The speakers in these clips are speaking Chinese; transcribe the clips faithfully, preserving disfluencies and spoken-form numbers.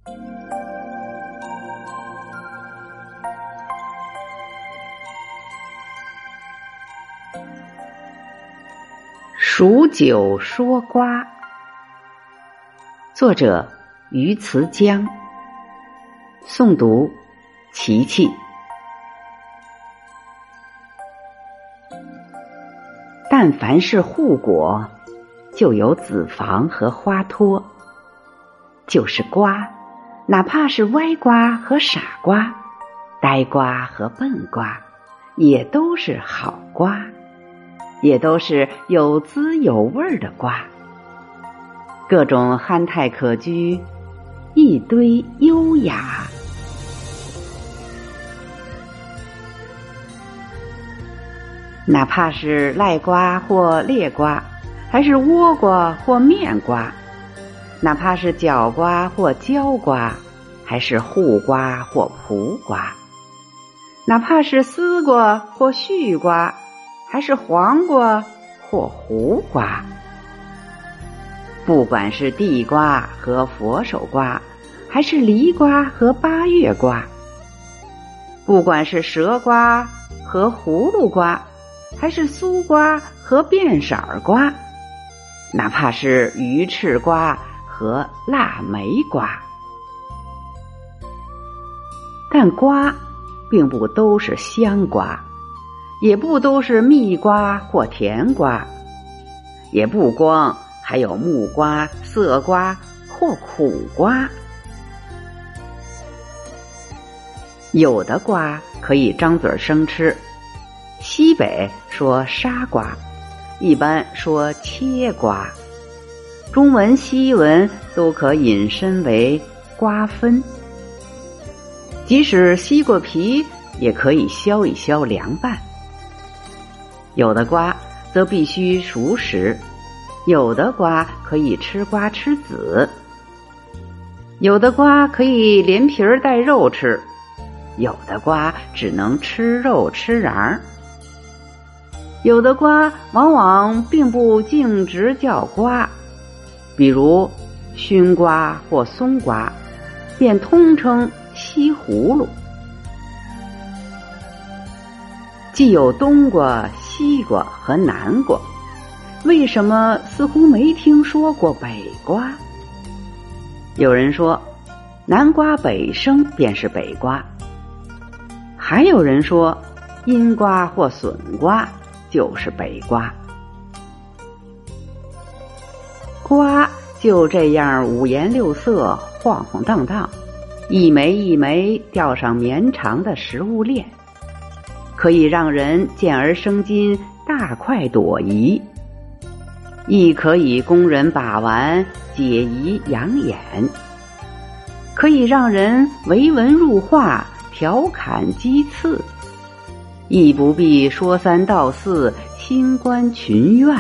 数九说瓜，作者于慈江，诵读琪琪。但凡是护果，就有子房和花托，就是瓜，哪怕是歪瓜和傻瓜，呆瓜和笨瓜，也都是好瓜，也都是有滋有味的瓜，各种憨态可掬，一堆优雅。哪怕是赖瓜或裂瓜，还是倭瓜或面瓜，哪怕是角瓜或椒瓜，还是护瓜或蒲瓜，哪怕是丝瓜或絮瓜，还是黄瓜或胡瓜，不管是地瓜和佛手瓜，还是梨瓜和八月瓜，不管是蛇瓜和葫芦瓜，还是酥瓜和变色瓜，哪怕是鱼翅瓜和腊梅瓜，但瓜并不都是香瓜，也不都是蜜瓜或甜瓜，也不光还有木瓜、色瓜或苦瓜。有的瓜可以张嘴生吃，西北说沙瓜，一般说切瓜，中文西文都可引申为瓜分。即使西瓜皮也可以削一削凉拌。有的瓜则必须熟食，有的瓜可以吃瓜吃籽，有的瓜可以连皮儿带肉吃，有的瓜只能吃肉吃瓤，有的瓜往往并不径直叫瓜，比如熏瓜或松瓜，便通称西葫芦。既有冬瓜、西瓜和南瓜，为什么似乎没听说过北瓜？有人说南瓜北生便是北瓜，还有人说阴瓜或笋瓜就是北瓜。瓜就这样五颜六色，晃晃荡荡，一枚一枚吊上绵长的食物链，可以让人见而生津，大快朵颐，亦可以供人把玩，解疑养眼，可以让人为文入画，调侃讥刺，亦不必说三道四，清观群怨，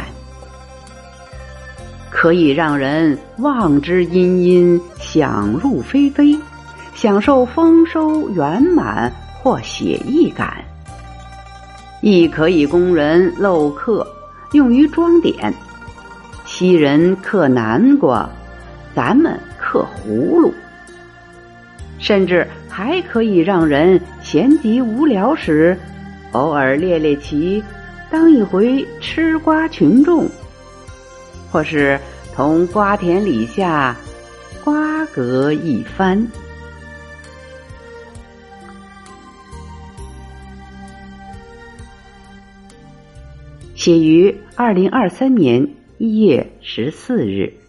可以让人望之殷殷，想入非非，享受丰收圆满或写意感，亦可以供人镂刻，用于装点。西人刻南瓜，咱们刻葫芦，甚至还可以让人闲极无聊时偶尔猎猎奇，当一回吃瓜群众，或是同瓜田李下瓜葛一番。写于二零二三年一月十四日。